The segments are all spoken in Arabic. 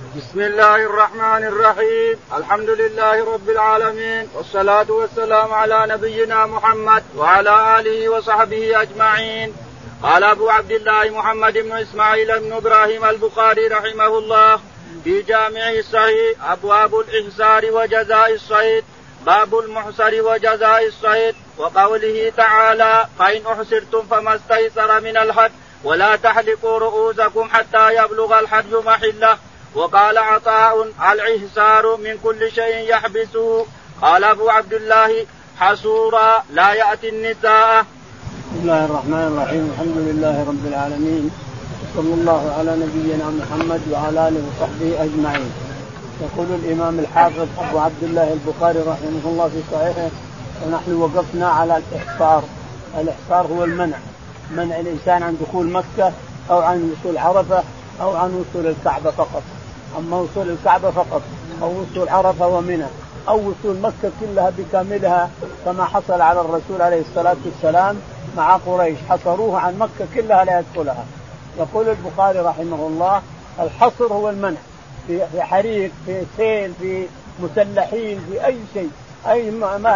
بسم الله الرحمن الرحيم. الحمد لله رب العالمين، والصلاة والسلام على نبينا محمد وعلى آله وصحبه أجمعين. قال أبو عبد الله محمد بن إسماعيل بن إبراهيم البخاري رحمه الله في جامعه الصحيح: أبواب الإحسار وجزاء الصيد. باب المحصر وجزاء الصيد. وقوله تعالى: فإن أحصرتم فما استيسر من الهدي ولا تحلقوا رؤوسكم حتى يبلغ الحج محله. وقال عطاء: الإحسار من كل شيء يحبسه. قال أبو عبد الله: حصورا لا يأتي النساء. بسم الله الرحمن الرحيم. الحمد لله رب العالمين، صلى الله على نبينا محمد وعلى آله وصحبه أجمعين. يقول الإمام الحافظ أبو عبد الله البخاري رحمه الله في صحيحه: ونحن وقفنا على الإحصار. الإحصار هو منع الإنسان عن دخول مكة أو عن وصول عرفة أو عن وصول الكعبة فقط. أما وصول الكعبة فقط أو وصول عرفة ومنى أو وصول مكة كلها بكاملها كما حصل على الرسول عليه الصلاة والسلام مع قريش، حصروه عن مكة كلها لا يدخلها. يقول البخاري رحمه الله: الحصر هو المنع في حريق، في سيل، في مسلحين، في أي شيء. أي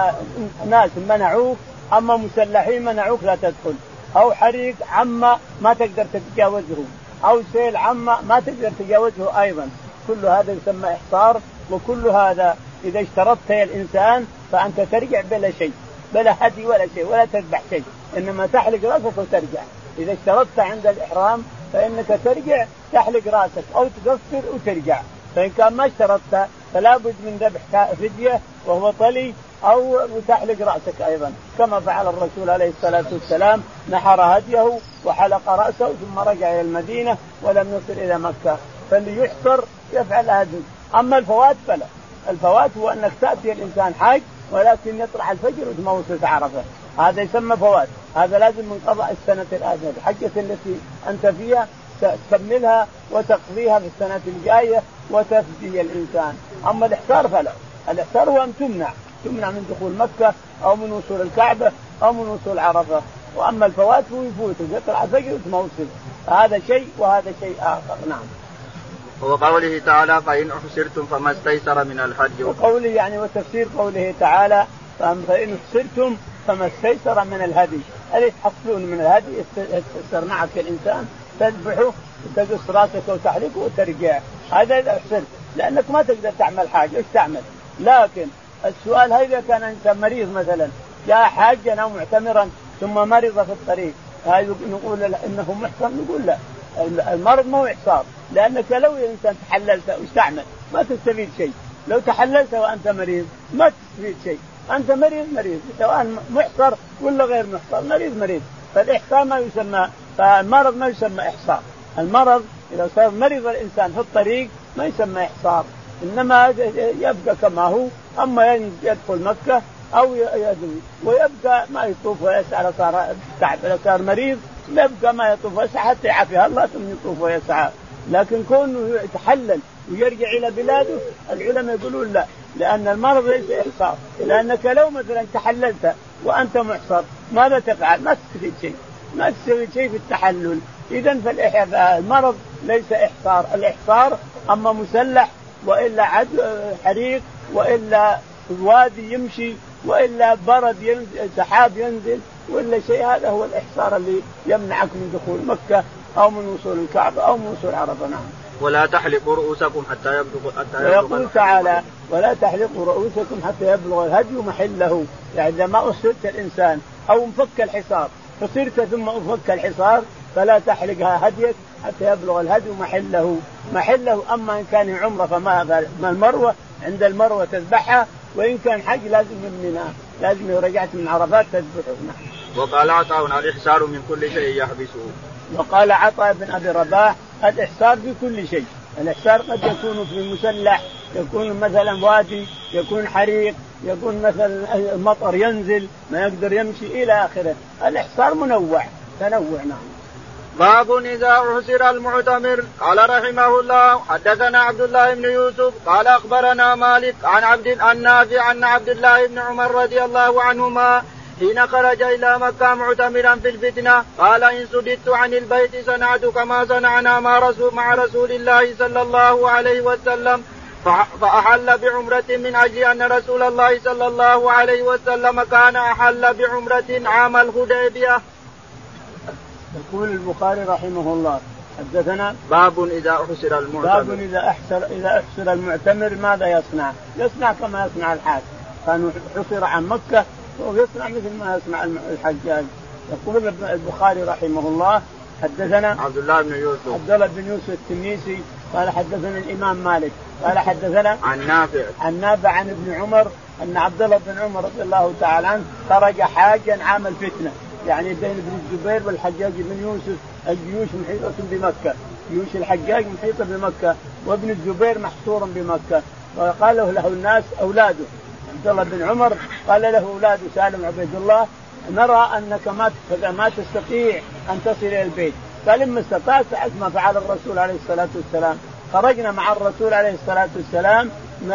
ناس منعوك، أما مسلحين منعوك لا تدخل، أو حريق عما ما تقدر تتجاوزه، أو سيل عما ما تقدر تتجاوزه أيضا. كل هذا يسمى إحصار. وكل هذا إذا اشترطت يا الإنسان فأنت ترجع بلا شيء، بلا هدي ولا شيء، ولا تذبح شيء، إنما تحلق رأسك وترجع. إذا اشترطت عند الإحرام فإنك ترجع تحلق رأسك أو تقصر وترجع. فإن كان ما اشترطت فلا بد من ذبح فدية وهو طلي، أو تحلق رأسك أيضا كما فعل الرسول عليه الصلاة والسلام، نحر هديه وحلق رأسه ثم رجع إلى المدينة ولم يصل إلى مكة. فاللي يحصر يفعل هذا. أما الفوات فلا. الفوات هو أنك تأتي الإنسان حاج ولكن يطلع الفجر وما وصلت عرفة، هذا يسمى فوات. هذا لازم من قضاء السنة الآتية، الحجة التي أنت فيها تكملها وتقضيها في السنة الجاية وتفدي الإنسان. أما الإحصار فلا. الإحصار هو أن تمنع من دخول مكة أو من وصول الكعبة أو من وصول عرفة. وأما الفوات هو يفوت يطلع الفجر وما وصل، هذا شيء وهذا شيء آخر. نعم. وقوله تعالى: فإن أحصرتم فما استيسر من الهدي. وقوله يعني وتفسير قوله تعالى: فإن أحصرتم فما استيسر من الهدي. أليس تحصلون من الهدي يستيسر معك الإنسان تذبحه وتقص راسك وتحلقه وترجع، هذا إذا أحصرت، لأنك ما تقدر تعمل حاجة. إيش تعمل؟ لكن السؤال هذا كان أنت مريض مثلا، جاء حاجا أو معتمرا ثم مرض في الطريق، هذا نقول إنه محصر؟ نقول لا، المرض ما هو إحصار، لأنك لو إنسان تحللت وش تعمل؟ ما تستفيد شيء. لو تحللت وأنت مريض ما تستفيد شيء. أنت مريض سواء محصر ولا غير محصر، مريض. فالإحصار ما يسمى، فالمرض ما يسمى إحصار. المرض إذا صار مريض الإنسان في الطريق ما يسمى إحصار، إنما يبقى كما هو. أما يدخل مكة أو يدوي ويبقى ما يطوف ويسعى، صار تعب، صار مريض يبقى ما يطوف ويسعى حتى يعافيه الله ثم يطوف ويسعى. لكن كونه يتحلل ويرجع إلى بلاده العلماء يقولون لا، لأن المرض ليس إحصار. لأنك لو مثلا تحللت وأنت محصر ماذا تفعل؟ ما تستفيد شيء في التحلل. إذن فالمرض ليس إحصار. الإحصار أما مسلح وإلا حريق وإلا وادي يمشي وإلا برد ينزل، سحاب ينزل وإلا شيء، هذا هو الإحصار اللي يمنعك من دخول مكة أو من وصول الكعبة أو من وصول عرفة. نعم. ولا تحلقوا رؤوسكم حتى يبلغ. ويقول تعالى: ولا تحلقوا رؤوسكم حتى يبلغ الهدي محله. يعني إذا ما أصرت الإنسان أو انفك الحصار، فصرت ثم انفك الحصار فلا تحلقها هديك حتى يبلغ الهدي محله. أما إن كان عمره فما المروة، عند المروة تذبحها، وإن كان حج لازم من منى، لازم رجعت من عرفات تذبحه. وقال عطاء: الإحصار من كل شيء يحبسه. وقال عطاء بن أبي رباح: الإحصار في كل شيء. الإحصار قد يكون في مسلح، يكون مثلا وادي، يكون حريق، يكون مثلا المطر ينزل ما يقدر يمشي إلى آخره. الإحصار تنوع. نعم. باب إذا أحصر المعتمر. قال رحمه الله: حدثنا عبد الله بن يوسف قال أخبرنا مالك عن عبد النافع عن عبد الله بن عمر رضي الله عنهما حين خرج إلى مكة معتمرا في الفتنة قال إن سددت عن البيت صنعت كما صنعنا مع رسول الله صلى الله عليه وسلم فأحل بعمرة من أجل أن رسول الله صلى الله عليه وسلم كان أحل بعمرة عام الحديبية. يقول البخاري رحمه الله حدثنا باب إذا أحصر المعتمر. باب إذا أحصر المعتمر ماذا يصنع؟ يصنع كما يصنع الحاج، كان حصر عن مكة ويصنع مثل ما يصنع الحجاج. يقول البخاري رحمه الله حدثنا عبد الله بن يوسف التنيسي قال حدثنا الإمام مالك قال حدثنا عن نافع عن ابن عمر أن عبد الله بن عمر رضي الله تعالى عنه خرج حاجا عام الفتنة، يعني بين ابن الزبير والحجاج بن يوسف الجيوش محيطة بمكة، جيوش الحجاج محيطة بمكة وابن الزبير محصورا بمكة. وقال له الناس أولاده عبد الله بن عمر قال له أولاده سالم عبيد الله نرى أنك ما تستطيع أن تصل إلى البيت، قال إما استطعت ما فعل الرسول عليه الصلاة والسلام. خرجنا مع الرسول عليه الصلاة والسلام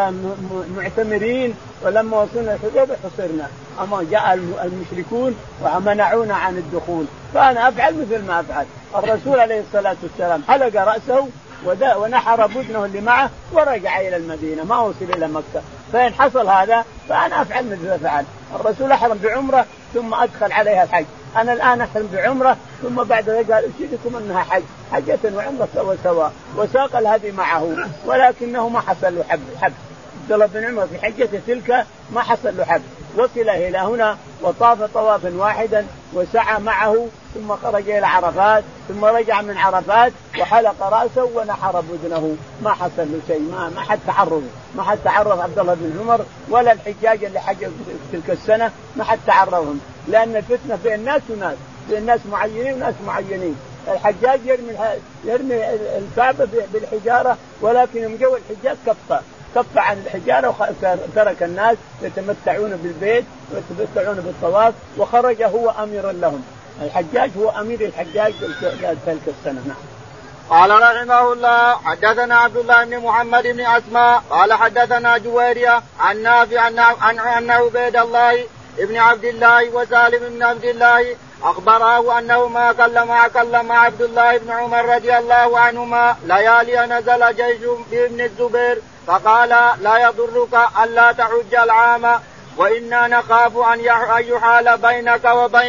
معتمرين، ولما وصلنا الحديبية حصرنا، أما جاء المشركون ومنعونا عن الدخول، فأنا أفعل مثل ما أفعل. الرسول عليه الصلاة والسلام حلق رأسه ونحر بدنه اللي معه ورجع إلى المدينة، ما وصل إلى مكة. فإن حصل هذا فأنا أفعل مثل ما فعل. الرسول أحرم بعمرة ثم أدخل عليها الحج، أنا الآن أحرم بعمرة ثم بعد ذلك قال أشهدكم أنها حجة وعمرة سواء، وساق الهدي معه، ولكنه ما حصل له حب. عبد الله بن عمر في حجة تلك ما حصل له حب، وصل إلى هنا وطاف طوافا واحدا وسعى معه ثم خرج إلى عرفات ثم رجع من عرفات وحلق رأسه ونحر بدنه، ما حصل له شيء، ما حد تعرض عبد الله بن عمر ولا الحجاج اللي حجوا تلك السنة ما حد تعرضهم، لأن الفتنة في الناس وناس، في الناس معينين وناس معينين. الحجاج يرمي الكعبة بالحجارة، ولكن يوم جو الحجاج كف عن الحجارة وترك الناس يتمتعون بالبيت ويتمتعون بالطواف، وخرج هو أميرا لهم. الحجاج هو أمير الحجاج تلك السنة. نعم. قال رحمه الله حدثنا عبد الله بن محمد بن أسماء قال حدثنا جويرية عن نافع عن عبيد الله ابن عبد الله وسالم بن عبد الله أخبره أنه ما كلم عبد الله بن عمر رضي الله عنهما ليالي نزل جيش بابن الزبير فقال لا يضرك ألا تحج العام وإنا نخاف أن يحال بينك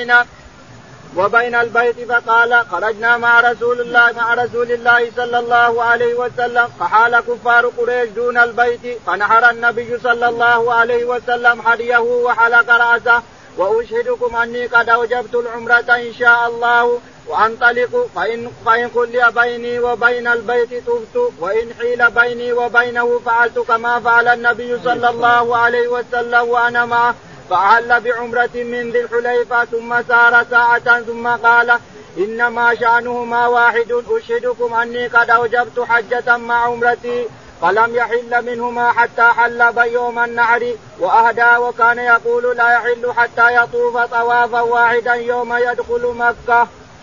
وبين البيت. فقال خرجنا مع رسول الله صلى الله عليه وسلم فحال كفار قريش دون البيت، فنحر النبي صلى الله عليه وسلم هديه وحلق رأسه. وأشهدكم أني قد أوجبت العمرة إن شاء الله وأنطلق، فإن خلي بيني وبين البيت تبت، وإن حيل بيني وبينه فعلت كما فعل النبي صلى الله عليه وسلم وأنا معه. فأهل بعمرة من ذي الحليفة ثم سار ساعة ثم قال إنما شأنهما واحد، أشهدكم أني قد أوجبت حجة مع عمرتي. فلم يحل منهما حتى حل بيوم النحر وأهدى، وكان يقول لا يحل حتى يطوف طوافا واحدا يوم يدخل مكة.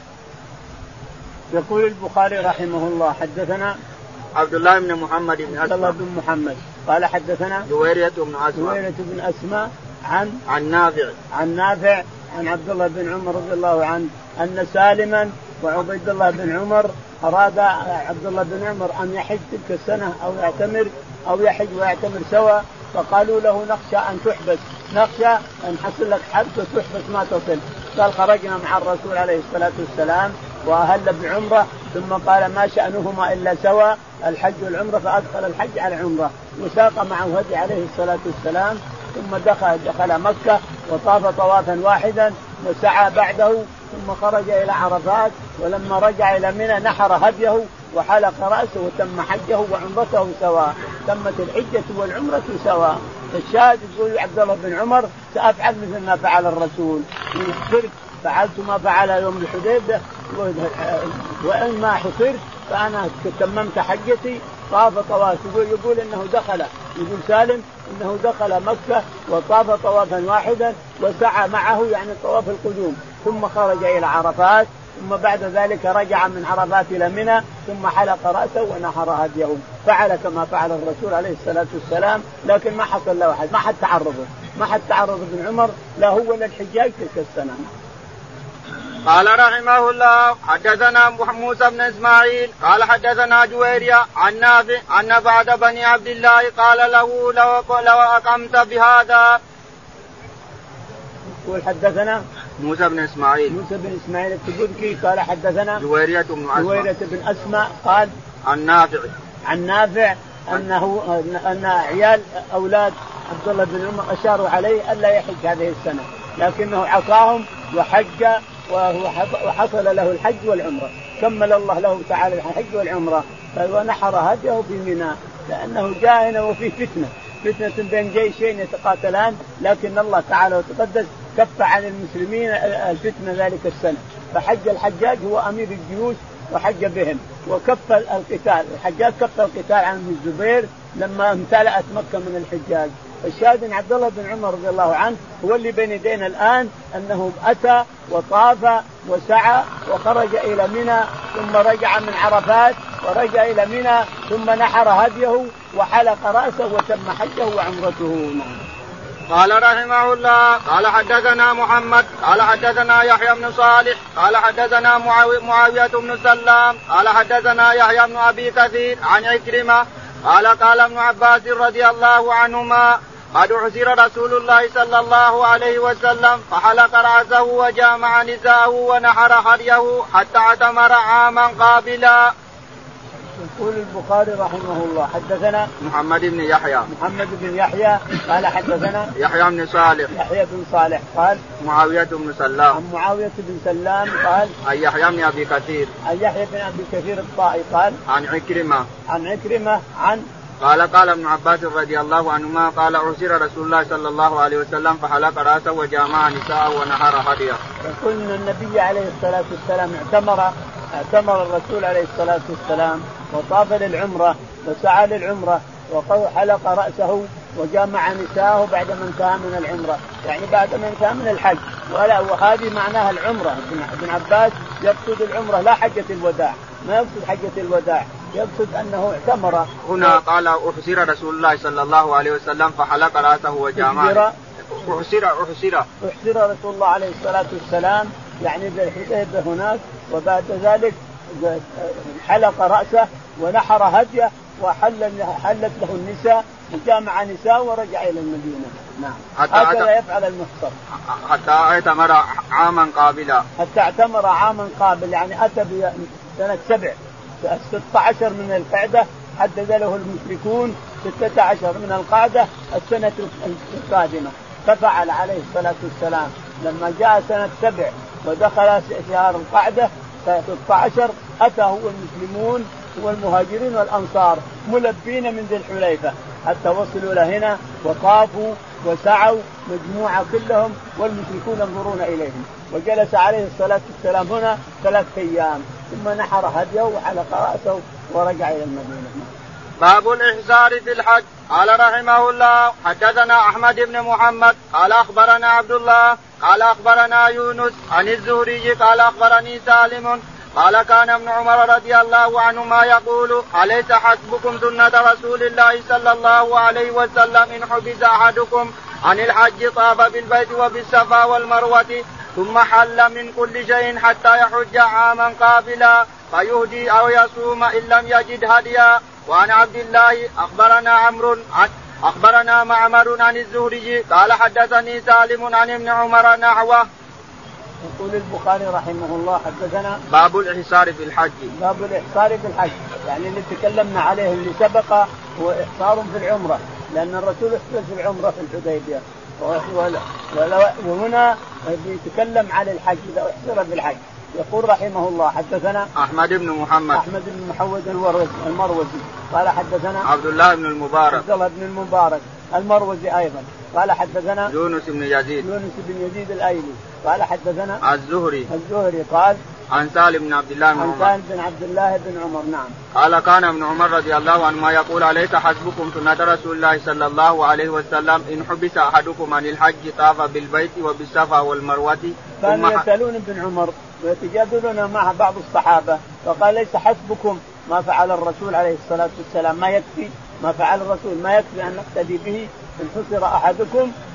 يقول البخاري رحمه الله حدثنا عبد الله بن محمد بن محمد قال حدثنا جويرية بن أسماء عن نافع عن عبد الله بن عمر رضي الله عنه أن سالما وعبيد الله بن عمر أراد عبد الله بن عمر أن يحج تلك السنة أو يعتمر أو يحج ويعتمر سوا، فقالوا له نخشى أن تحبس، نخشى أن حصل لك حبس وتحبس ما تصل. قال خرجنا مع الرسول عليه الصلاة والسلام وأهل بعمرة، ثم قال ما شأنهما إلا سوا الحج والعمرة، فأدخل الحج على العمرة وساق معه هدي عليه الصلاة والسلام، ثم دخل مكة وطاف طوافا واحدا وسعى بعده، ثم خرج إلى عرفات، ولما رجع إلى منى نحر هديه وحلق رأسه وتم حجه وعمرته سواء، تمت الحجة والعمرة سواء. الشاهد يقول عبد الله بن عمر سأفعل مثل ما فعل الرسول، فعلت ما فعل يوم الحديبية، وإن ما حصرت فأنا تممت حجتي. طاف طواف، يقول إنه يقول سالم إنه دخل مكة وطاف طوافا واحدا وسعى معه يعني طواف القدوم، ثم خرج إلى عرفات، ثم بعد ذلك رجع من عرفات إلى منى، ثم حلق رأسه ونحر هديه، فعل كما فعل الرسول عليه الصلاة والسلام، لكن ما حصل له أحد، ما حد تعرضه، ما حد تعرض ابن عمر لا هو ولا الحجاج تلك السنة. قال رحمه الله حدثنا موسى بن إسماعيل قال حدثنا جويرية عن نافع أن بعد بني عبد الله قال له لو أقمت بهذا. يقول حدثنا موسى بن إسماعيل التبوذكي قال حدثنا جويرية بن أسماء قال عن نافع أن عيال أولاد عبد الله بن عمر أشاروا عليه ألا يحج هذه السنة لكنه عصاهم وحج وحصل له الحج والعمرة كمل الله له تعالى الحج والعمرة ونحر هديه في منى لأنه جاء هنا وفي فتنة بين جيشين يتقاتلان لكن الله تعالى وتقدس كف عن المسلمين الفتنة ذلك السنة فحج الحجاج هو أمير الجيوش وحج بهم وكف القتال. الحجاج كف القتال عن ابن الزبير لما امتلأت مكة من الحجاج. الشاهد عبد الله بن عمر رضي الله عنه هو اللي بين يدينا الآن أنه أتى وطاف وسعى وخرج إلى منى ثم رجع من عرفات ورجع إلى منى ثم نحر هديه وحلق رأسه وتم حجه وعمرته. قال رحمه الله قال حدثنا محمد قال حدثنا يحيى بن صالح قال حدثنا معاوية بن سلام قال حدثنا يحيى بن أبي كثير عن عكرمة قال ابن عباس رضي الله عنهما قد أحسر رسول الله صلى الله عليه وسلم فحلق رأسه وجامع نساءه ونحر هديه حتى اعتمر عاما قابلا. يقول البخاري رحمه الله حدثنا محمد بن يحيى قال حدثنا يحيى بن صالح قال معاوية بن سلام قال عن يحيى بن أبي كثير الطائي قال عن عكرمة قال ابن عباس رضي الله عنهما قال أحسر رسول الله صلى الله عليه وسلم فحلق رأسه وجامع نساءه ونحر هديه. يقول النبي عليه الصلاة والسلام اعتمر الرسول عليه الصلاة والسلام وطاف للعمرة وسعى للعمرة وحلق رأسه وجامع نساءه بعد ما انتهى من العمرة يعني بعد ما انتهى من الحج وهذه معناها العمرة. ابن عباس يقصد العمرة لا حجة الوداع ما يقصد حجة الوداع يقصد أنه اعتمر. هنا قال أحسر رسول الله صلى الله عليه وسلم فحلق رأسه وجامع أحسر رسول الله عليه الصلاة والسلام يعني بالحديبية هناك وبعد ذلك حلق رأسه ونحر هديه وحلت له النساء وجامع نساء ورجع إلى المدينة. نعم هكذا يفعل المختصر حتى اعتمر عاما قابل يعني أتى بسنة 7 16 من القعدة حدد له المشركون 16 من القعدة السنة القادمة ففعل عليه الصلاة والسلام لما جاء سنة 7 ودخل شهر القعدة 16 أتى هو المسلمون والمهاجرين والأنصار ملبين من ذي الحليفة حتى وصلوا لهنا وطافوا وسعوا مجموعة كلهم والمشركون ينظرون إليهم وجلس عليه الصلاة والسلام هنا 3 أيام ثم نحر هديه وحلق رأسه ورجع إلى المدينة. باب الإحسار في الحج. قال رحمه الله حدثنا أحمد بن محمد قال أخبرنا عبد الله قال أخبرنا يونس عن الزهري قال أخبرني سالم قال كان ابن عمر رضي الله عنهما يقول أليس حسبكم سنة رسول الله صلى الله عليه وسلم إن حبس أحدكم عن الحج طاف بالبيت وبالصفا والمروة ثم حل من كل شيء حتى يحج عاما قابلا فيهدي أو يصوم إن لم يجد هديا. وعن عبد الله أخبرنا معمر عن الزهري قال حدثني سالم عن ابن عمر نحوه. يقول البخاري رحمه الله حدثنا باب الإحصار في الحج. يعني اللي تكلمنا عليه اللي سبق هو إحصار في العمرة لأن الرسول احتل في العمرة في الحديبية وهنا يتكلم على الحج إذا احصر في الحج. يقول رحمه الله حدثنا أحمد بن محمد المروزي قال حدثنا عبد الله بن المبارك المروزي أيضا قال حدثنا يونس بن يزيد الأيلي قال حدثنا الزهري قال عن سالم بن عبد الله بن عمر. نعم قال كان ابن عمر رضي الله عنهما يقول أليس حسبكم سنة رسول الله صلى الله عليه وسلم إن حبس أحدكم عن الحج طاف بالبيت وبالصفا والمروة. كانوا يسألون ابن عمر ويتجادلون مع بعض الصحابة فقال ليس حسبكم ما فعل الرسول عليه الصلاة والسلام ما يكفي ما فعل الرسول ما يكفي أن نقتدي به إن حسر أحدكم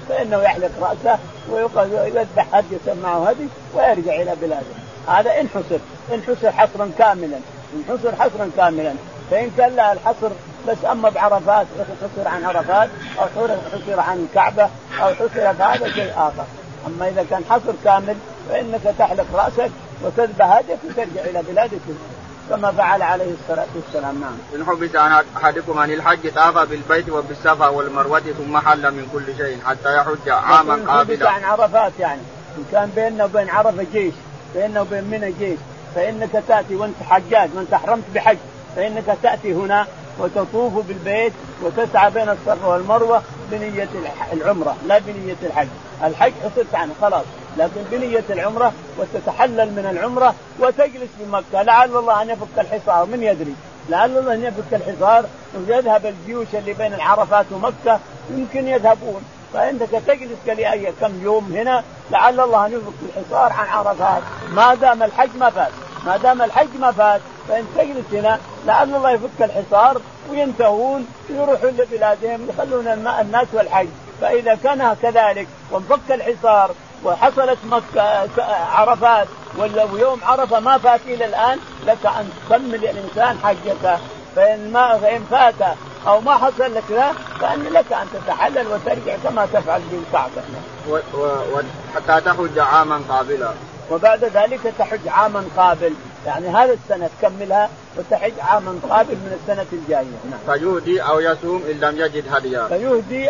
فإنه يحلق رأسه ويذبح هدي معه هدي ويرجع إلى بلاده. هذا إن حصر حصرا كاملا، إن حصر حصرا كاملا. فإن كان له الحصر بس أما بعرفات حصر عن عرفات أو حصر عن الكعبة أو حصر بهذا شيء آخر. أما إذا كان حصر كامل فإنك تحلق رأسك وتذبح هديك وترجع إلى بلادك كما فعل عليه الصلاة والسلام. نعم. إن حبس عن أحدكم عن الحج طاف بالبيت وبالصفا والمروة ثم حل من كل شيء حتى يحج عاما قابلا. عن عرفات يعني إن كان بيننا وبين عرفة جيش، بيننا وبين منى جيش، فإنك تأتي وأنت حجاج وأنت أحرمت بحج، فإنك تأتي هنا وتطوف بالبيت وتسعى بين الصفا والمروة بنية العمرة لا بنية الحج. الحج حصلت عنه خلاص، لكن بنية العمرة وتتحلل من العمرة وتجلس بمكة لعل الله أن يفك الحصار، من يدري، لعل الله أن يفك الحصار ويذهب الجيوش اللي بين العرفات ومكة يمكن يذهبون، فإنك تجلس كلأي كم يوم هنا لعل الله أن يفك الحصار عن عرفات ما دام الحج ما فات، فإن تجلس هنا لعل الله يفك الحصار وينتهون ويروحون لبلادهم يخلون الناس والحج. فإذا كان كذلك وانفك الحصار وحصلت مكة عرفات ويوم عرفة ما فات إلى الآن لك أن تكمل الإنسان حجته. فإن فات أو ما حصل لك لا فإن لك أن تتحلل وترجع كما تفعل بالكعبة حتى تحج عاما قابلا. وبعد ذلك تحج عاما قابل، يعني هذا السنة تكملها وتحج عاما قابل من السنة الجاية. نعم. فيهدي أو يصوم إن لم يجد هديا. فيهدي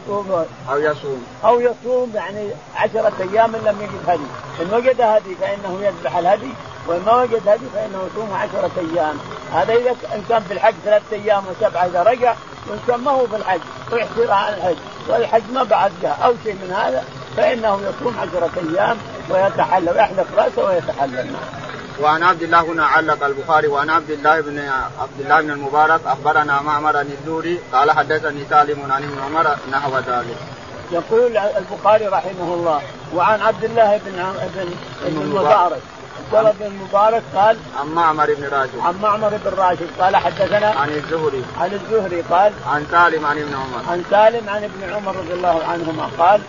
أو يصوم يعني 10 أيام إن لم يجد هدي. إن وجد هدي فإنه يذبح الهدي، وإن وجد هدي فإنه يصوم 10 أيام. هذا إذا كان في الحج 3 أيام و7 إذا رجع ويسمه في الحج ويحصر عن الحج والحج ما بعد جاء أو شيء من هذا فإنه يصوم 10 أيام ويتحلل ويحلق رأسه ويتحلل. وعن عبد الله هنا علق البخاري وعن عبد الله بن المبارك أخبرنا معمر عن الزهري قال حدثني سالم عن ابن عمر نحو ذلك. يقول البخاري رحمه الله وعن عبد الله بن المبارك عبد بن المبارك قال عن معمر بن راشد قال حدثنا عن الزهري قال عن سالم عن ابن عمر رضي الله عنهما قال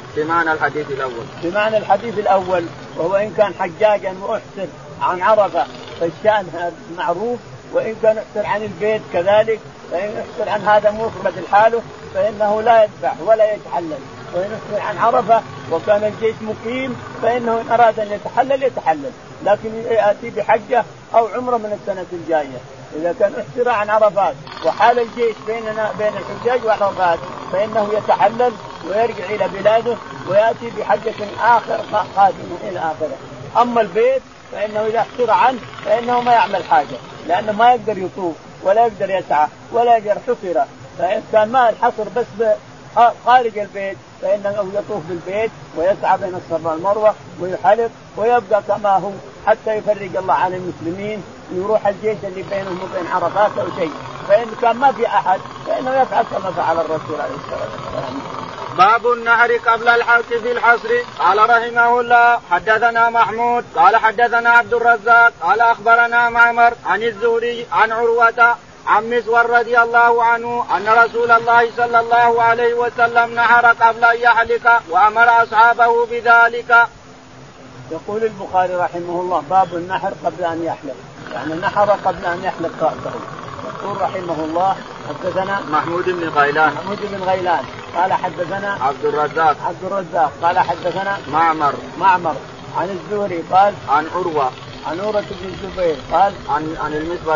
بمعنى الحديث الأول وهو إن كان حجاجا وأحسر عن عرفة فالشأن معروف، وإن كان أحسر عن البيت كذلك، فإن أحسر عن هذا مفرد الحاله فإنه لا يذبح ولا يتحلل، وإن أحسر عن عرفة وكان الجيش مقيم فإنه إن أراد أن يتحلل لكن يأتي بحجة أو عمرة من السنة الجاية. إذا كان أحسر عن عرفات وحال الجيش بين الحجاج وعرفات فإنه يتحلل ويرجع إلى بلاده ويأتي بحجة آخر قادمة إلى آخره. أما البيت فإنه إذا احسر عنه فإنه ما يعمل حاجة لأنه ما يقدر يطوف ولا يقدر يسعى ولا يقدر حصر، فإن كان ما الحصر بس خارج البيت فإنه يطوف بالبيت ويسعى بين الصفا والمروة ويحلق ويبقى كما هو حتى يفرج الله عن المسلمين ويروح الجيش اللي بينهم وبين عرفات أو شيء. فإن كان ما في أحد فإنه يفعل كما فعل الرسول عليه الصلاة والسلام. باب النهر قبل الحلق في الحصر. قال رحمه الله حدثنا محمود قال حدثنا عبد الرزاق قال أخبرنا معمر عن الزهري عن عروة عن مسور رضي الله عنه أن رسول الله صلى الله عليه وسلم نحر قبل أن يحلق وأمر أصحابه بذلك. يقول البخاري رحمه الله باب النحر قبل أن يحلق، يعني نحر قبل أن يحلق رأسه. يقول رحمه الله حدثنا محمود بن غيلان قال حدثنا عبد الرزاق قال حدثنا معمر عن الزهري قال عن عروة بن الزبير قال عن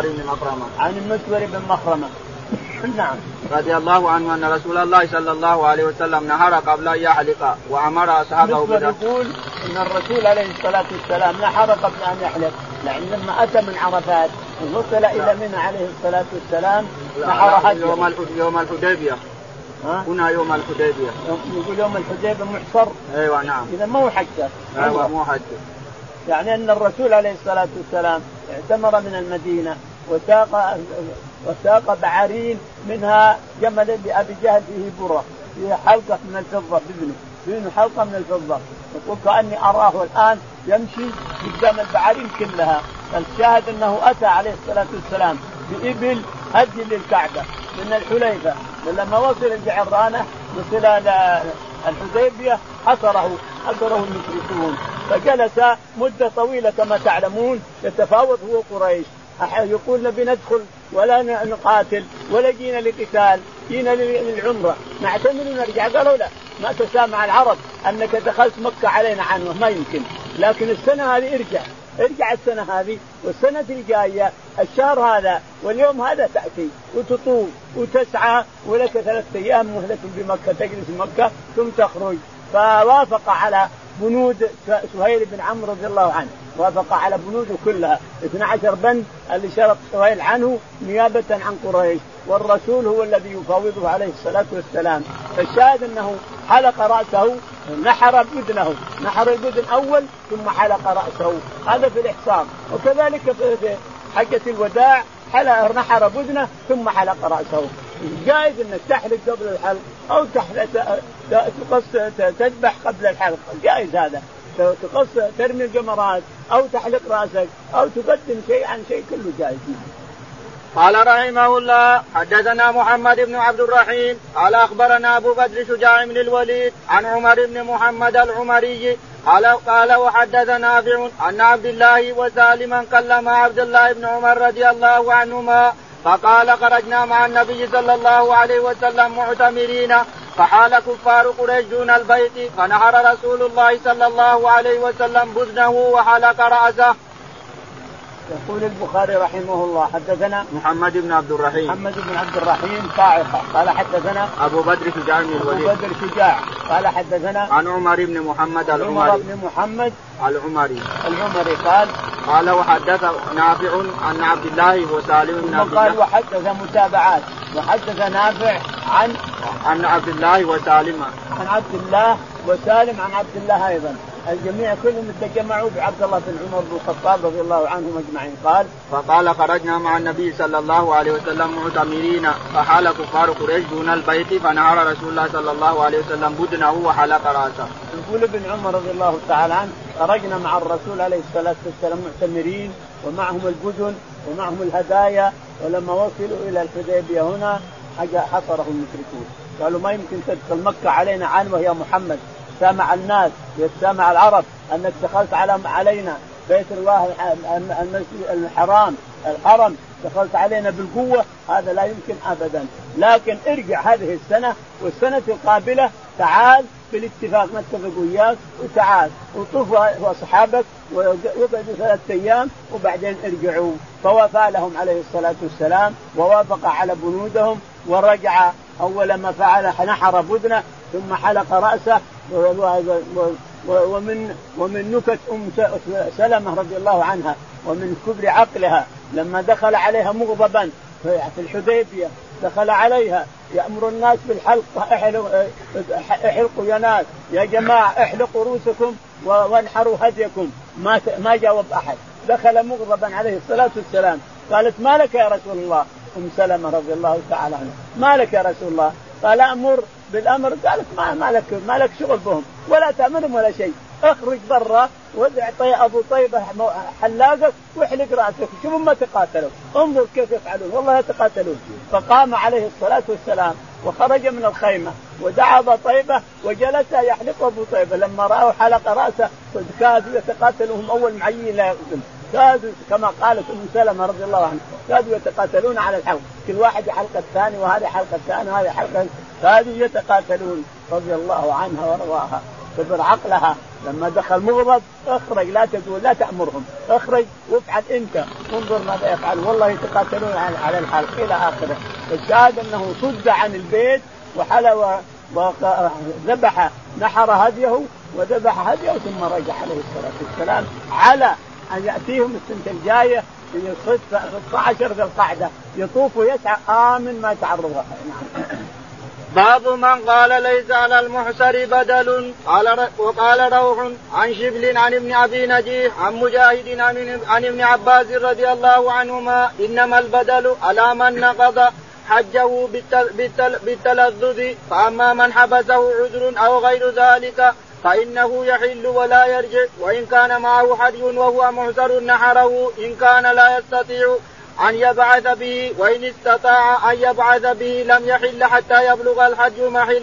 المسور بن مخرمة نعم رضي الله عنه أن رسول الله صلى الله عليه وسلم نحر قبل أن يحلق وأمر أصحابه بذلك. يقول إن الرسول عليه الصلاة والسلام نحر قبل أن يحلق، لأن لما أتى من عرفات وصل إلى منى عليه الصلاة والسلام نحر حج يوم الحديبية. هنا يوم الحديبية يقول يوم الحديبية محصر. أيوة نعم. إذا ما هو حج. أيوة مو حج. يعني أن الرسول عليه الصلاة والسلام اعتمر من المدينة وساق بعارين منها جمل لأبي جهل فيه برة فيه حلقة من الفضة بابنه حلقة من الفضة. يقول كأني أراه الآن يمشي قدام البعارين كلها. فالشاهد أنه أتى عليه الصلاة والسلام بإبل هدي للكعبة من الحليفة، ولما وصل الجعرانة وصل الحديبية حصره المشركون، فجلس مدة طويلة كما تعلمون يتفاوض هو قريش، يقول نبي ندخل ولا نقاتل ولا جينا لقتال، جينا للعمرة نعتمر ونرجع. قالوا لا، ما تسامع العرب أنك دخلت مكة علينا عنوة، ما يمكن، لكن السنة هذه ارجع السنة هذه والسنة الجاية الشهر هذا واليوم هذا تأتي وتطوف وتسعى، ولك 3 أيام مهلة بمكة، تجلس مكة ثم تخرج. فوافق على بنود سهيل بن عمرو رضي الله عنه، وافق على بنوده كلها 12 بند اللي شرط سهيل عنه نيابة عن قريش، والرسول هو الذي يفاوضه عليه الصلاة والسلام. فالشاهد أنه حلق رأسه، نحر البدن أول ثم حلق رأسه، هذا في الإحصار. وكذلك في حجة الوداع نحر بدنه ثم حلق رأسه. جائز أنك تحلق قبل الحلق أو تذبح قبل الحلق، جائز هذا، تقص ترمي الجمرات أو تحلق رأسك أو تقدم شيء عن شيء، كله جائز. قال رحمه الله حدثنا محمد بن عبد الرحيم قال أخبرنا أبو بدر شجاع بن الوليد عن عمر بن محمد العمري قال وحدثنا نافع أن عبد الله وسالما كلم عبد الله بن عمر رضي الله عنهما فقال خرجنا مع النبي صلى الله عليه وسلم معتمرين فحال كفار قريش دون البيت فنحر رسول الله صلى الله عليه وسلم بدنه وحلق رأسه. يقول البخاري رحمه الله حدثنا محمد بن عبد الرحيم صاعقة قال حدثنا أبو بدر شجاع قال حدثنا عن عمر بن محمد العمري قال وحدث نافع عن عبد الله وسالم بن عبد الله قال وحدث متابعات وحدث نافع عن عبد الله وسالم عن عبد الله أيضا، الجميع كلهم تجمعوا بعبد الله بن عمر بن الخطاب رضي الله عنهم اجمعين. فقال خرجنا مع النبي صلى الله عليه وسلم معتمرين فحال كفار قريش دون البيت فنحر رسول الله صلى الله عليه وسلم بدنه وحلق راسه. يقول ابن عمر رضي الله تعالى عنه خرجنا مع الرسول عليه الصلاة والسلام معتمرين ومعهم البدن ومعهم الهدايا، ولما وصلوا إلى الحديبية هنا حصرهم المشركون، قالوا ما يمكن تدخل مكة علينا عنوة يا محمد، سامع الناس يسامع العرب أنك دخلت علينا بيت الله الحرم دخلت علينا بالقوة، هذا لا يمكن أبدا، لكن ارجع هذه السنة والسنة القابلة تعال بالاتفاق، نتفق وياك وتعال وطوف وأصحابك وقعدوا 3 أيام وبعدين ارجعوا. فوافى لهم عليه الصلاة والسلام ووافق على بنودهم ورجع. أول ما فعل نحر بدنه ثم حلق رأسه. ومن نكت سلمة رضي الله عنها ومن كبر عقلها لما دخل عليها مغضبا في الحديبية، دخل عليها يأمر الناس بالحلق، احلقوا يا ناس يا جماعة احلقوا رؤوسكم وانحروا هديكم، ما جاوب أحد، دخل مغضبا عليه الصلاة والسلام. قالت ما لك يا رسول الله؟ سلمة رضي الله تعالى عنها ما لك يا رسول الله؟ قال أمر بالأمر. قالت ما لك شغل بهم ولا تأمرهم ولا شيء، اخرج برا وادع أبو طيبة حلاقك واحلق رأسك، شوفوا ما تقاتلوا، انظر كيف يفعلون، والله يتقاتلون. فقام عليه الصلاة والسلام وخرج من الخيمة ودعا أبو طيبة وجلس يحلق أبو طيبة. لما رأوا حلق رأسه كادوا يتقاتلهم أول معين لا يقدم، كادوا كما قالت سلمة رضي الله عنها كادوا يتقاتلون على الحلق، كل واحد حلق الثاني وهذا حلق الثاني وهذا حلق، كادوا يتقاتلون رضي الله عنها ورضاها. كبر عقلها لما دخل مغضب اخرج، لا تقول لا تأمرهم، اخرج وافعل انت، انظر ماذا يفعل، والله يتقاتلون على الحلق الى اخره. الشاهد انه صد عن البيت وحل وذبح نحر هديه وذبح هديه ثم رجع عليه الصلاة والسلام على أن يأتيهم السنة الجاية في 16 ذي القعدة يطوف ويسعى آمن ما تعرضها. باب من قال ليس على المحصر بدل. وقال روح عن شبل عن ابن أبي نجيح عن مجاهد عن ابن عباس رضي الله عنهما إنما البدل على من نقض حجه بالتلذذ، فأما من حبسه عذر أو غير ذلك فإنه يحل ولا يرجع، وإن كان معه حدي وهو محصر نحره إن كان لا يستطيع أن يبعث به، وإن استطاع أن يبعث به لم يحل حتى يبلغ الحج محله.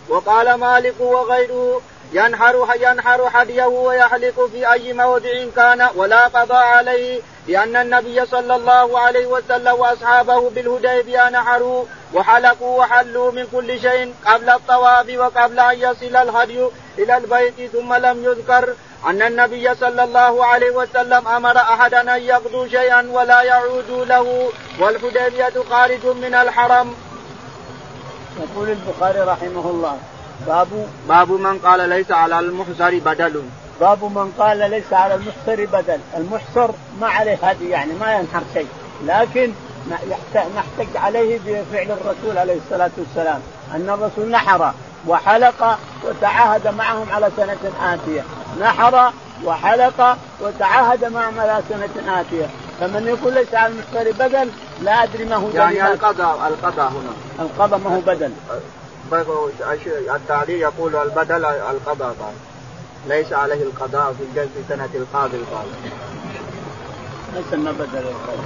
وقال مالك وغيره ينحر حديه ويحلق في أي موضع كان ولا قضاء عليه، لأن النبي صلى الله عليه وسلم وأصحابه بالهديبية نحروا وحلقوا وحلوا من كل شيء قبل الطواف وقبل أن يصل الهدي إلى البيت. ثم لم يذكر أن النبي صلى الله عليه وسلم أمر أحدا أن يقضوا شيئا ولا يعودوا له، والحديبية خارج من الحرم. يقول البخاري رحمه الله باب من قال ليس على المحصر بدل. باب من قال ليس على المحصر بدل. المحصر ما عليه هدي يعني ما ينحر شيء، لكن نحتج عليه بفعل الرسول عليه الصلاة والسلام أن الرسول نحر وحلق وتعاهد معهم على سنة آتية. نحر وحلق وتعاهد معهم على سنة آتية. فمن يقول ليس على المحصر بدل لا أدري ما هو يعني القضاء هنا القضاء ما هو بدل. التعليل يقول البدل القضاء ليس عليه القضاء في سنة القاضي ليس ما بدل القضاء.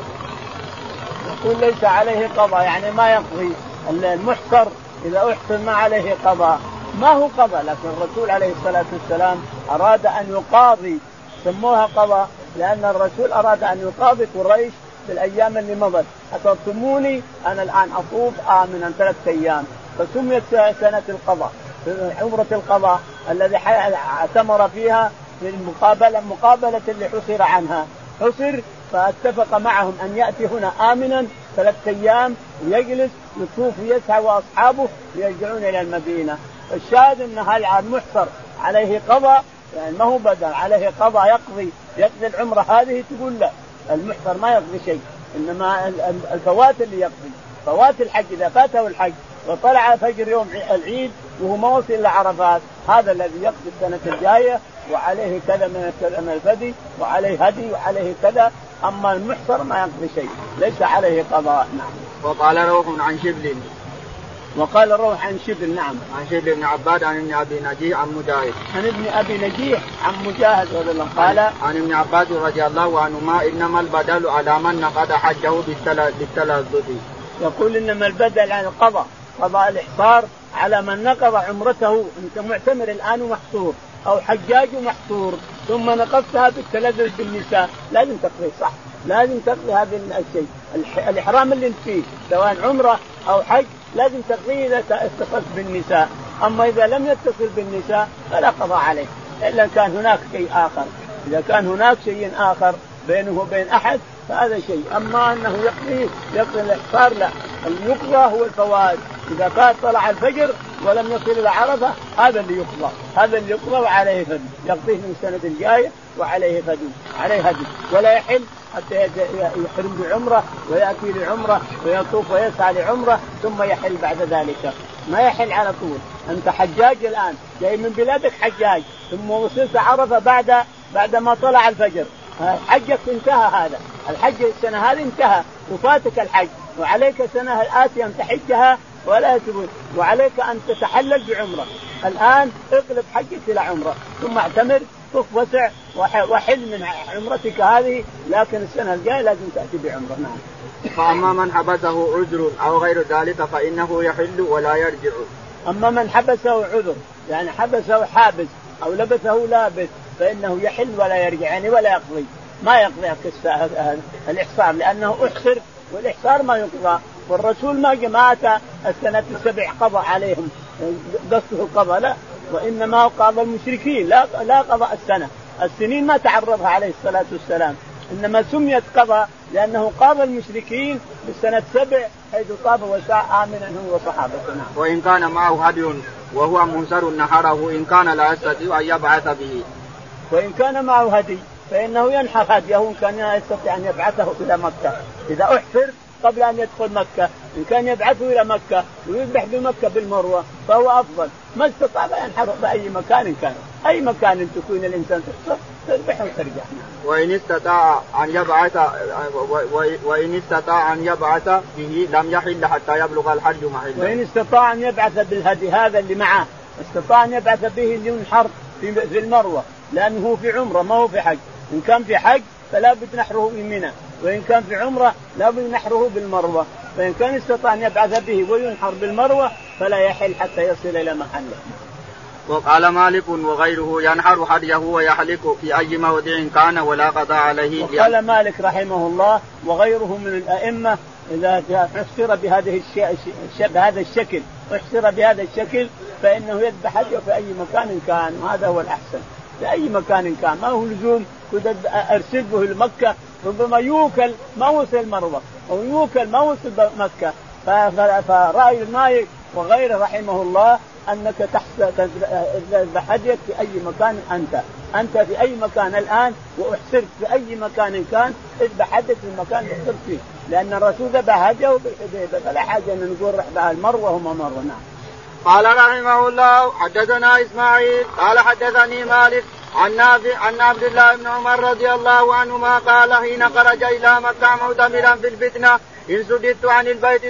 يقول ليس عليه قضاء يعني ما يقضي. المحصر إذا أحصر ما عليه قضاء ما هو قضاء، لكن الرسول عليه الصلاة والسلام أراد أن يقاضي، سموها قضاء لأن الرسول أراد أن يقاضي قريش في الأيام اللي مضت. أترسموني أنا الآن أطوف آمنا 3 أيام، فسميت سنة القضاء، عمرة القضاء الذي اعتمر فيها في مقابلة اللي حصر عنها. حصر فاتفق معهم أن يأتي هنا آمنا 3 أيام ويجلس يطوف ويسعى وأصحابه ويرجعون إلى المدينة. الشاهد أن المحصر عليه قضاء يعني ما هو بدل، عليه قضاء يقضي العمرة هذه. تقول لا المحصر ما يقضي شيء، إنما الفوات اللي يقضي. فوات الحج إذا فاته الحج وطلع فجر يوم العيد وهو ما وصل إلى عرفات هذا الذي يقضي السنة الجاية وعليه كذا من الفدي وعليه هدي وعليه كذا. أما المحصر ما يقضي شيء ليس عليه قضاء. نعم. وقال روح عن شبل. وقال روح عن شبل. نعم. عن شبل بن عباد عن ابن أبي نجيح عن مجاهد. عن ابن أبي نجيح عن مجاهد رضي الله قال عن ابن عباس رضي الله عنهما إنما البدل على من نقض حجه بالتلذذ. يقول إنما البدل عن القضاء، قضاء الإحصار على من نقض عمرته. أنت معتمر الآن ومحصور أو حجاج محصور ثم نقضتها بالتلذذ بالنساء لازم تقضي صح، لازم تقضي هذا الشيء. الإحرام اللي انت فيه سواء عمرة أو حج لازم تقضيه إذا اتصلت بالنساء. أما إذا لم يتصل بالنساء فلا قضاء عليه إلا كان هناك شيء آخر. إذا كان هناك شيء آخر بينه وبين أحد فهذا شيء. أما أنه يقضي الإحصار لا، اليقضى هو الفوات. إذا فات طلع الفجر ولم يصل إلى عرفة هذا اللي يقضى، هذا اللي يقضى وعليه فدي يقضيه من السنة الجاية وعليه فدي، عليه هدي. ولا يحل حتى يحرم بعمرة ويأتي لعمرة ويطوف ويسعى لعمرة ثم يحل بعد ذلك. ما يحل على طول. أنت حجاج الآن جاي من بلادك حجاج ثم وصلت عرفة بعد ما طلع الفجر، حجك انتهى. هذا الحج السنة هذه انتهى وفاتك الحج وعليك سنة الآتية أن تحجها ولا تبون، وعليك أن تتحلل بعمرة. الآن اقلب حجك إلى عمرة ثم اعتمر طف وسع وحل من عمرتك هذه، لكن السنة الجاية لازم تأتي بعمرة. نعم. فأما من حبسه عذر أو غير ذلك فإنه يحل ولا يرجع. أما من حبسه عذر يعني حبسه حابس أو لبسه لابس فإنه يحل ولا يرجع يعني ولا يقضي، ما يقضي الإحصار لأنه أحصر والإحصار ما يقضى. والرسول ما أتى السنة 7 قضى عليهم قصده القضاء لا، وإنما قضى المشركين لا قضاء السنين ما تعرضها عليه الصلاة والسلام، إنما سميت قضاء لأنه قاضى المشركين بالسنة 7 حيث طاف وسعى آمنا هو وصحابته. وإن كان معه هدي وهو منصر نحره إن كان لا يستطيع أن يبعث به. وإن كان معه هدي فإنه ينحر هديه إن كان يستطيع أن يبعثه إلى مكة إذا أحفر قبل أن يدخل مكة. إن كان يبعثه إلى مكة ويذبح بمكة بالمروة فهو أفضل. ما استطاع فينحر بأي مكان كان، أي مكان تكون الإنسان تذبح وترجع. وإن استطاع أن يبعث به لم يحل حتى يبلغ الحج محله. وإن استطاع أن يبعث بالهدي هذا اللي معه استطاع أن يبعث به لينحر في المروة لأنه في عمرة ما هو في حج. إن كان في حج فلا بد نحره بمنى، وإن كان في عمرة لا بد نحره بالمروة. فإن كان استطاع أن يبعث به وينحر بالمروة فلا يحل حتى يصل إلى محله. وقال مالك وغيره ينحر هديه ويحلق في أي موضع كان ولا قضاء عليه. وقال مالك رحمه الله وغيره من الأئمة إذا احصر بهذا الشكل واحصر بهذا الشكل فإنه يذبح هديه في أي مكان كان، وهذا هو الأحسن في أي مكان كان. ما هو لزوم أرسل به لمكة، ربما يوكل ما وصل المروة أو يوكل ما وصل مكة. فرأي مالك وغيره رحمه الله أنك تذبح هديك في أي مكان أنت في أي مكان الآن وأحصرت في أي مكان كان اذبح هديك في المكان اللي احصرت فيه، لأن الرسول ذبح هديه بالحديبية فلا حاجة أن نقول رحبها المروة وما مروة. نعم. قال رحمه الله حدثنا إسماعيل قال حدثني مالك عن عبد الله بن عمر رضي الله عنهما قال حين خرج إلى مكة معتمرا في الفتنة إن سددت عن البيت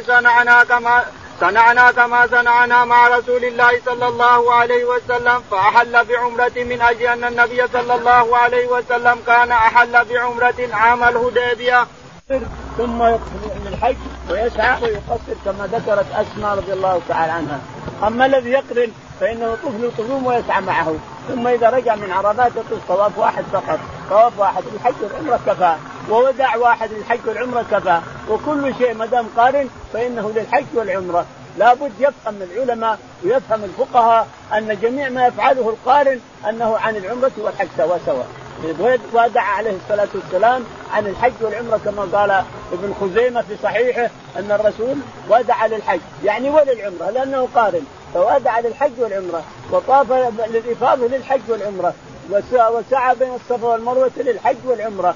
صنعنا كما صنعنا مع رسول الله صلى الله عليه وسلم فأحل بعمرة من أجل أن النبي صلى الله عليه وسلم كان أحل بعمرة عام الحديبية. ثم يقصد للحج ويسعى ويقصر كما ذكرت أسماء رضي الله تعالى عنها. أما الذي يقرن فإنه يطوف القدوم ويسعى معه، ثم إذا رجع من عرفات يطوف طواف واحد فقط، طواف واحد للحج والعمرة كفى، ووداع واحد للحج والعمرة كفى. وكل شيء ما دام قارن فإنه للحج والعمرة. لابد يفهم العلماء ويفهم الفقهاء أن جميع ما يفعله القارن أنه عن العمرة والحج سواء. ودع عليه الصلاة والسلام عن الحج والعمرة كما قال ابن خزيمة في صحيحه أن الرسول ودع للحج يعني وللعمرة لأنه قارن، فودع للحج والعمرة وطاف للإفاضة للحج والعمرة وسعى بين الصفا والمروة للحج والعمرة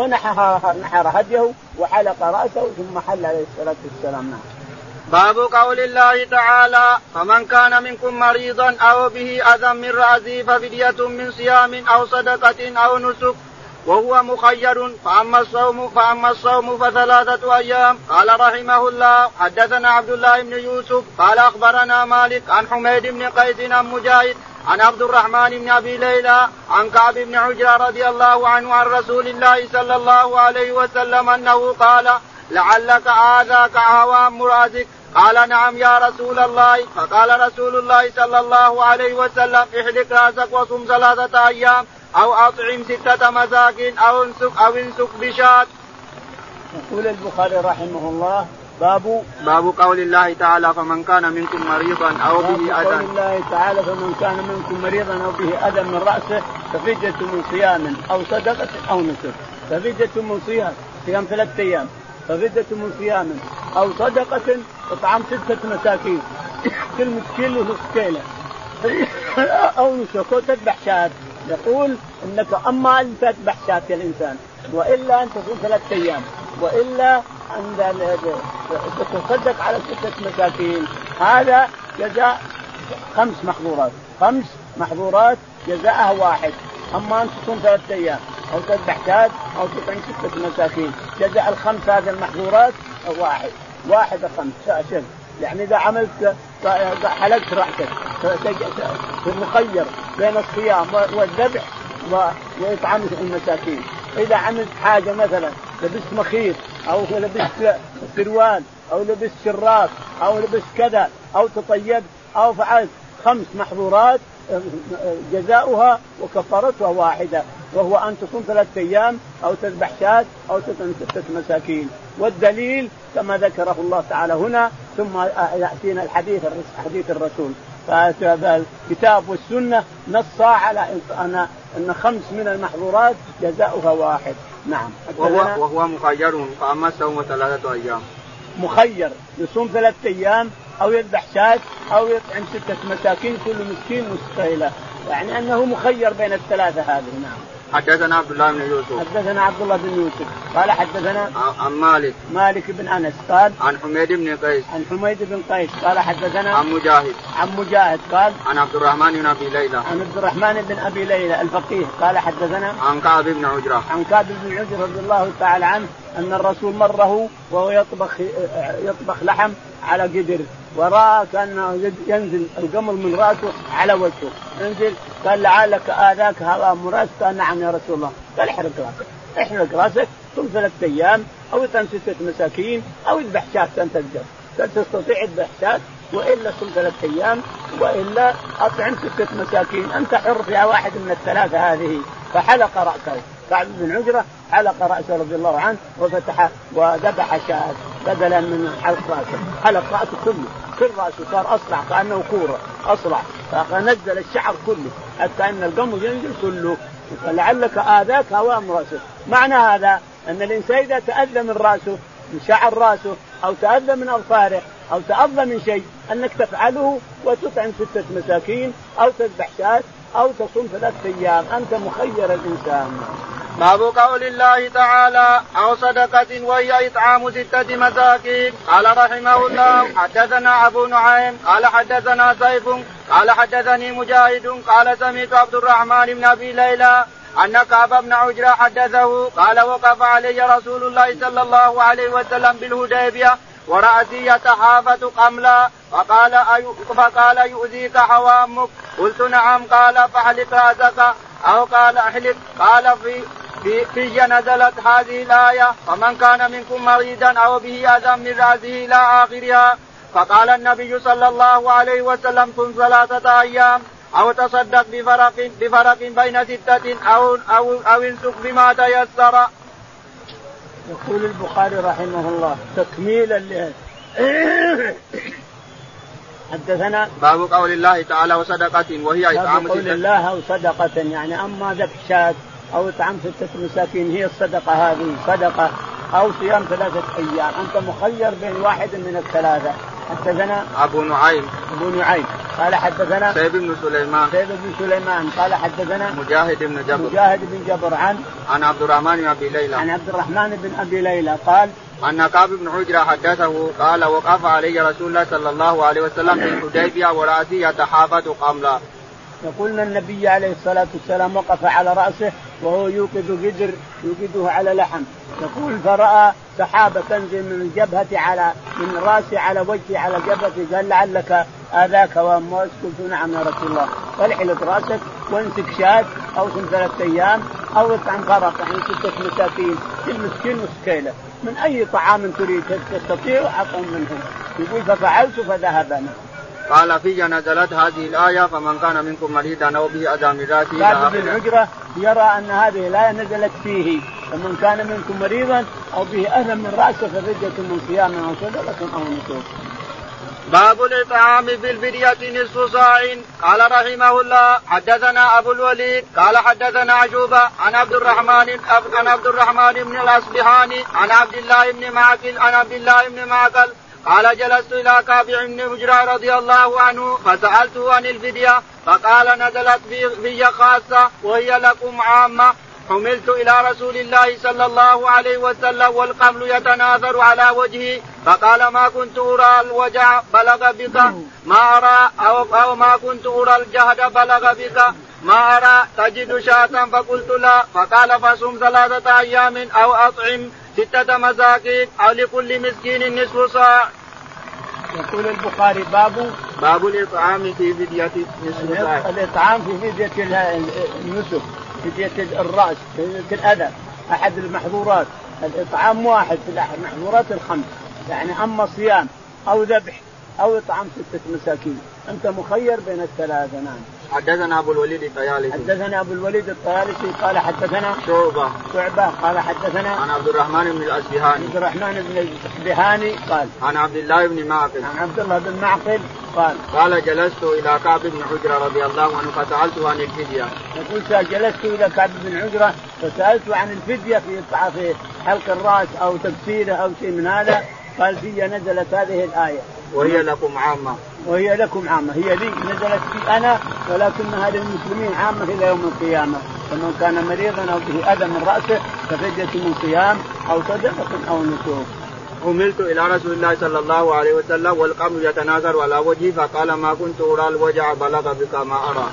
ونحر هديه وحلق رأسه ثم حل عليه الصلاة والسلام. باب قول الله تعالى فمن كان منكم مريضا أو به أذى من رأسه ففدية من صيام أو صدقة أو نسك وهو مخير فأما الصوم فثلاثة أيام. قال رحمه الله حدثنا عبد الله بن يوسف قال أخبرنا مالك عن حميد بن قيس عن مجاهد عن عبد الرحمن بن أبي ليلى عن كعب بن عجرة رضي الله عنه عن رسول الله صلى الله عليه وسلم أنه قال لعلك آذاك عوام رأسك. قال نعم يا رسول الله. فقال رسول الله صلى الله عليه وسلم احلق رأسك وصم 3 أيام أو أطعم 6 مساكين أو انسك بشاة. يقول البخاري رحمه الله باب قول الله تعالى فمن كان منكم مريضا أو به أذى. قول الله تعالى فمن كان منكم مريضا أو به أذى من رأسه ففدية من صيام أو صدقة أو نسك. ففدية من صيام 3 أيام، ففدية من صيام أو صدقة وطعام 6 مساكين كل مسكين له نصف كيلة أو نسك وتذبح شاة. يقول إنك أما أن تذبح شاة الإنسان وإلا أن تصوم 3 أيام وإلا أن تتصدق على 6 مساكين. هذا جزاء 5 محظورات جزاءها واحد. أما أن تصوم 3 أيام أو تذبح شاة أو تطعم 6 مساكين جزاء ال5 هذه المحظورات واحد 5 يعني إذا عملت حلقت رأسك في المخير بين الصيام والذبح وإطعام المساكين. إذا عملت حاجة مثلا لبست مخيط أو لبست سروال أو لبست شراف أو لبست كذا أو تطيبت أو فعلت 5 محظورات جزاؤها وكفارتها واحدة، وهو أن تصوم 3 أيام أو تذبح شاة أو تطعم 6 مساكين. والدليل كما ذكره الله تعالى هنا ثم يأتينا حديث الرسول. فالكتاب والسنة نص على أن 5 من المحظورات جزاؤها واحد. نعم. وهو مخير فأما الصوم 3 أيام مخير يصوم 3 أيام أو يذبح شاة أو يطعم 6 مساكين كل مسكين مسكيلة، يعني أنه مخير بين الثلاثة هذه. نعم. حدثنا عبد الله بن يوسف قال حدثنا عن مالك بن أنس قال عن حميد بن قيس قال حدثنا عن مجاهد قال عن عبد الرحمن بن أبي ليلى الفقيه قال حدثنا عن كعب بن عجرة رضي الله تعالى عنه أن الرسول مره وهو يطبخ لحم على قدر ورأى كأنه ينزل القمر من رأسه على وجهه ينزل. قال لعلك آذاك هذا مرأس. قال نعم يا رسول الله. قال احرق رأسك ثم 3 أيام أو يطعم 6 مساكين أو يذبح شاة. أنت تقدر تستطيع تذبح شاة وإلا صم 3 أيام، وإلا أطعم 6 مساكين. أنت حر في واحد من الثلاثة هذه. فحلق رأسه كعب بن عجرة، حلق رأسه رضي الله عنه وفتح وذبح شاة بدلا من حلق رأسه، حلق رأسه كله، كل رأسه صار أصلع كأنه كورة أصلع، فنزل الشعر كله حتى أن القمص ينزل كله. فلعلك آذاك هوام رأسه. معنى هذا أن الإنسان إذا تأذى من رأسه، من شعر رأسه، أو تأذى من أظفاره، أو تأذى من شيء، أنك تفعله وتطعم 6 مساكين أو تذبح شاة أو تصوم 3 أيام. أنت مخير الإنسان. باب قول الله تعالى أو صدقة وهي إطعام 6 مساكين. قال رحمه الله حدثنا أبو نعيم قال حدثنا سيف قال حدثني مجاهد قال سمعت عبد الرحمن بن أبي ليلى أن كعب بن عجرة حدثه قال وقف علي رسول الله صلى الله عليه وسلم بالهديبية ورأسي يتحافت قملا فقال يؤذيك حوامك؟ قلت نعم. قال فاحلق رأسك أو قال احلق. قال في نزلت هذه الآية فمن كان منكم مريضا أو به أذى من رأسه إلى آخرها. فقال النبي صلى الله عليه وسلم صم 3 أيام أو تصدق بفرق بين 6 أو انسك بما تيسر. يقول البخاري رحمه الله تكميلا حدثنا باب قول الله تعالى وصدقة وهي إطعام 6. قول الله أو صدقة يعني أما ذبح شاة أو إطعام 6 مساكين هي الصدقة، هذه صدقة، أو صيام 3 أيام. أنت مخير بين واحد من الثلاثة. حدثنا أبو نعيم قال حدثنا سيف بن سليمان قال حدثنا مجاهد بن جبر عن عبد الرحمن بن أبي ليلى قال أن كعب بن عجرة حدثه قال وقف علي رسول الله صلى الله عليه وسلم في الحديبية ورأسي يتحافت قملا. يقولنا النبي عليه الصلاة والسلام وقف على رأسه وهو يوقده على لحم. يقول فرأى سحابة تنزل من الجبهة من رأسي على وجهي على جبهتي. قال لعلك آذاك وأموس؟ قلت نعم يا رسول الله. فلحلت رأسك وانسك شاة أو صم 3 أيام أو اطعم فرق يعني 6 مساكين، كل مسكين نصف كيلة من أي طعام تريد تستطيع أطعم منهم. يقول ففعلت فذهبنا. قال في نزلت هذه الآية فمن كان منكم مريضا أو به أذى من رأسه. كعب بن عجرة يرى أن هذه الآية نزلت فيه فمن كان منكم مريضا أو به أذى من رأسه ففدية من صيام أو صدقة أو نسك. باب الإطعام بالفدية نصف صاع. قال رحمه الله حدثنا أبو الوليد قال حدثنا عجوبة عن عبد الرحمن بن الأصبحاني عن عبد الله بن معقل قال جلست إلى كعب بن عجرة رضي الله عنه فسألته عن الفدية فقال نزلت في خاصة وهي لكم عامة. حملت إلى رسول الله صلى الله عليه وسلم والقمل يتناثر على وجهي فقال ما كنت أرى الوجع بلغ بك ما أرى أو ما كنت أرى الجهد بلغ بك ما أرى تجد شاة؟ فقلت لا. فقال فصم 3 أيام أو أطعم 6 مساكين أو لكل مسكين نصف صاع. يقول البخاري باب الإطعام في فدية نصف صاع. الإطعام في فدية النسك، فدية الرأس، فدية الأذى، أحد المحظورات. الإطعام واحد في المحظورات الخمس، يعني أما صيام أو ذبح أو إطعام 6 مساكين أنت مخير بين الثلاثة. نعم. حدثنا أبو الوليد الطيالسي قال حدثنا شعبة قال حدثنا عن عبد الرحمن بن الأصبهاني قال عن عبد الله بن معقل قال جلست إلى كعب بن عجرة رضي الله عنه فسألته عن الفدية. يقول جلست إلى كعب بن عجرة فسألته عن الفدية في حلق الرأس أو تكسيره أو شيء من هذا. قال في نزلت هذه الآية وهي لكم عامة. هي لي نزلت في أنا ولكنها للمسلمين عامة إلى يوم القيامة. فمن كان مريضا أو به أذى من رأسه ففدية من صيام أو صدقة أو نسك. حملت إلى رسول الله صلى الله عليه وسلم والقمل يتناثر على وجهي فقال ما كنت أرى الوجع بلغ بك ما أرى.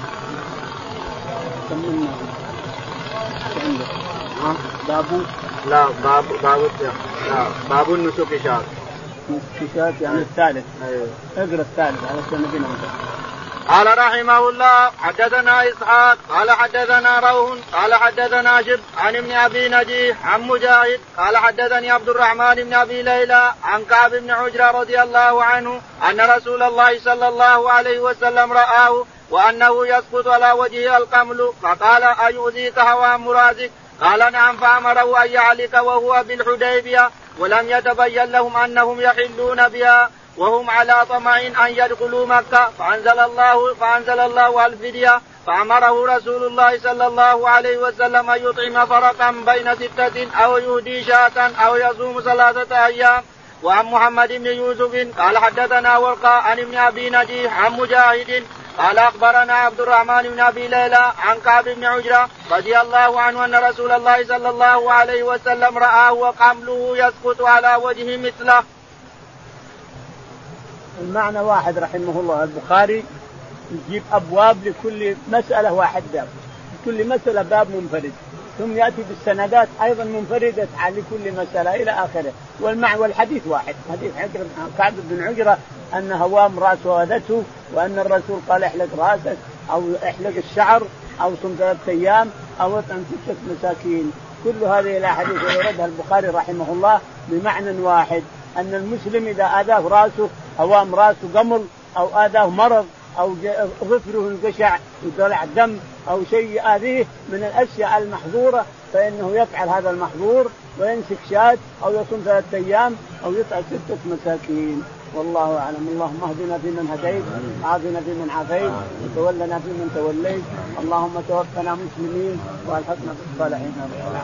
باب النسك شاة. يعني الثالث. اقرأ الثالث على سنة بنا. قال رحمه الله حدثنا إسحاق قال حدثنا روح قال حدثنا شب عن ابن أبي نجيح عن مجاهد قال حدثني عبد الرحمن بن أبي ليلى عن كعب بن عجرة رضي الله عنه أن رسول الله صلى الله عليه وسلم رآه وأنه يسقط على وجهه القمل فقال أيؤذيك هوام راسك؟ قال نعم. فأمره أن يعلك وهو بالحديبية ولم يتبين لهم أنهم يحلون بها وهم على طمع أن يدخلوا مكة فأنزل الله الفدية فأمره رسول الله صلى الله عليه وسلم أن يطعم فرقا بين 6 أو يهدي شاة أو يصوم 3 أيام. وعن محمد بن يوسف قال حدثنا ورقاء عن ابن أبي نجيح عن مجاهد قال أخبرنا عبد الرحمن بن أبي ليلى عن كعب بن عجرة رضي الله عنه أن رسول الله صلى الله عليه وسلم رآه وقمله يسقط على وجهه مثله. المعنى واحد رحمه الله. البخاري يجيب أبواب لكل مسألة واحد باب، كل مسألة باب منفرد، ثم يأتي بالسندات أيضا منفردة على كل مسألة إلى آخره. والحديث واحد، حديث كعب بن عجرة أن هوام رأسه أذته وأن الرسول قال احلق رأسك أو احلق الشعر أو صم 3 أيام أو اطعم 6 مساكين. كل هذه الأحاديث يردها البخاري رحمه الله بمعنى واحد، أن المسلم إذا آذاه رأسه هوام رأسه قمل أو آذاه مرض أو ظفره انقشع وطلع دم أو شيء آذيه من الأشياء المحظورة فإنه يفعل هذا المحظور ويمسك شاة أو يصوم 3 أيام أو يطعم 6 مساكين. والله أعلم. اللهم اهدنا فيمن هديت، عافنا فيمن عافيت، وتولنا فيمن توليت، اللهم توفنا مسلمين والحقنا بالصالحين.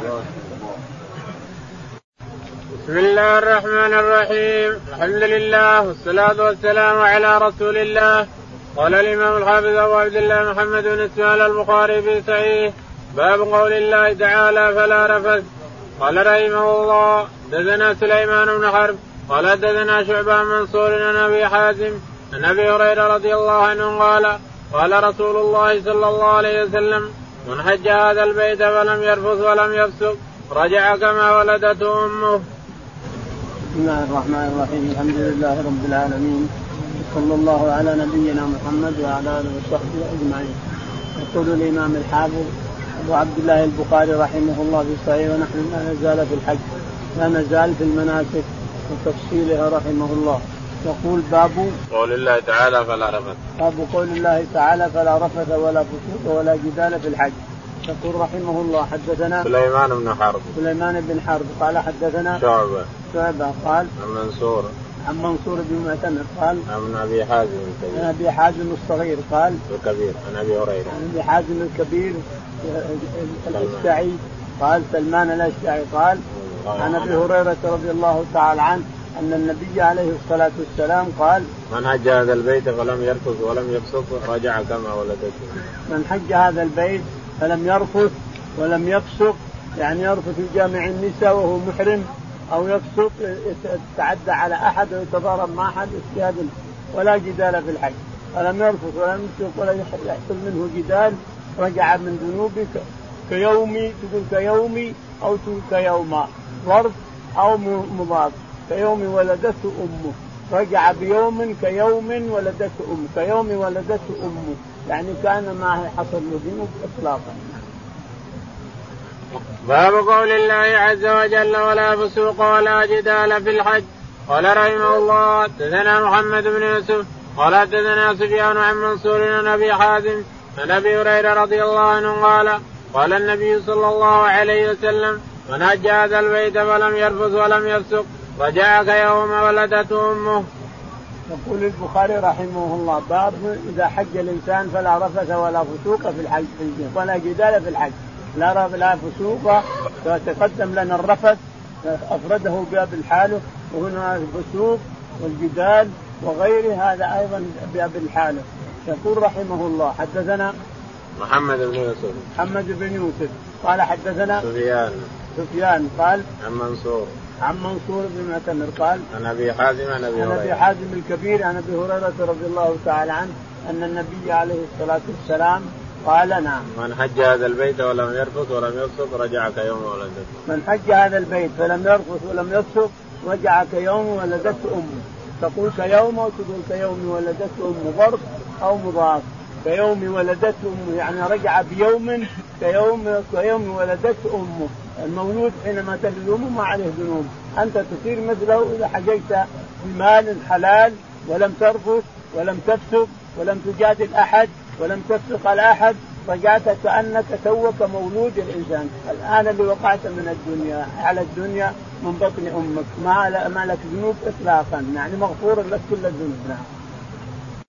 بسم الله الرحمن الرحيم. الحمد لله والصلاة والسلام على رسول الله. قال الإمام الحافظ أبو عبد الله محمد بن إسماعيل البخاري في صحيح باب قول الله تعالى فلا رفث. قال رحمه الله حدثنا سليمان بن حرب قال حدثنا شعبة عن منصور عن أبي حازم عن أبي هريرة رضي الله عنه قال قال رسول الله صلى الله عليه وسلم من حج هذا البيت فلم يرفث ولم يفسق رجع كما ولدته أمه. بسم الله الرحمن الرحيم. الحمد لله رب العالمين، صلى الله على نبينا محمد وعلى آله وصحبه أجمعين. يقول الإمام الحافظ أبو عبد الله البخاري رحمه الله في صحيح ونحن لا نزال في الحج لا نزال في المناسك وتفصيلها رحمه الله. يقول باب قول الله تعالى فلا رفث. باب قول الله تعالى فلا رفث ولا فسوق ولا جدال في الحج. يقول رحمه الله حدثنا سليمان بن حرب قال حدثنا شعبة قال عن منصور بن معتمر قال عن أبي حازم الكبير عن أبي حازم الصغير قال الكبير عن أبي هريرة عن أبي حازم الكبير الأشجعي قال سلمان الأشجعي قال عن أبي هريرة رضي الله تعالى عنه أن النبي عليه الصلاة والسلام قال من حج هذا البيت فلم يرفث ولم يفسق رجع كما ولدته. من حج هذا البيت فلم يرفث ولم يفسق يعني يرفث في جامع النساء وهو محرم أو يفسق يتعدى على أحد ويتضارب مع أحد ولا جدال في الحج. فلم يرفث ولم يفسق ولا يحصل منه جدال رجع من ذنوبك كيومي، تقول كيومي أو تقول كيوما، ظرف أو مضاف. كيوم ولدته أمه رجع بيوم كيوم ولدته أمه، كيوم ولدته أمه يعني كان ما حصل له ذنوب إطلاقا. باب قول الله عز وجل ولا فسوق ولا جدال في الحج. قال رحمه الله حدثنا محمد بن يوسف قال حدثنا سفيان عن منصور عن أبي حازم عن أبي هريرة رضي الله عنه قال قال النبي صلى الله عليه وسلم من حج هذا البيت فلم يرفث ولم يفسق رجع كيوم ولدته أمه. يقول البخاري رحمه الله باب إذا حج الإنسان فلا رفث ولا فسوق في الحج ولا جدال في الحج. لا فسوق، فتقدم لنا الرفث أفرده باب الحاله، وهنا الفسوق والجدال وغيره هذا أيضا باب الحاله. يقول رحمه الله حدثنا محمد بن يوسف قال حدثنا سفيان قال عن منصور بن معتمر قال عن أبي حازم الكبير عن أبي هريرة رضي الله تعالى عنه أن النبي عليه الصلاة والسلام قال نعم من حج هذا البيت ولم يرفث ولم يفسق رجع كيوم ولدته. من حج هذا البيت فلم يرفث ولم يفسق رجع كيوم ولدته أمه. تقول كيوم أو تقول كيوم ولدته أمه ظرف أو مضاف. كيوم ولدته أمه يعني رجع بيوم كيوم ولدته أمه. المولود حينما تلد أمه ما عليه ذنوب، أنت تصير مثله إذا حججت بمال حلال ولم ترفث ولم تفسق ولم تجادل أحد ولم تفسق على أحد، رجعت كأنك توك مولود الإنسان. الآن اللي وقعت من الدنيا على الدنيا من بطن أمك ما لك ذنوب إطلاقا، يعني مغفور لك كل الذنوب.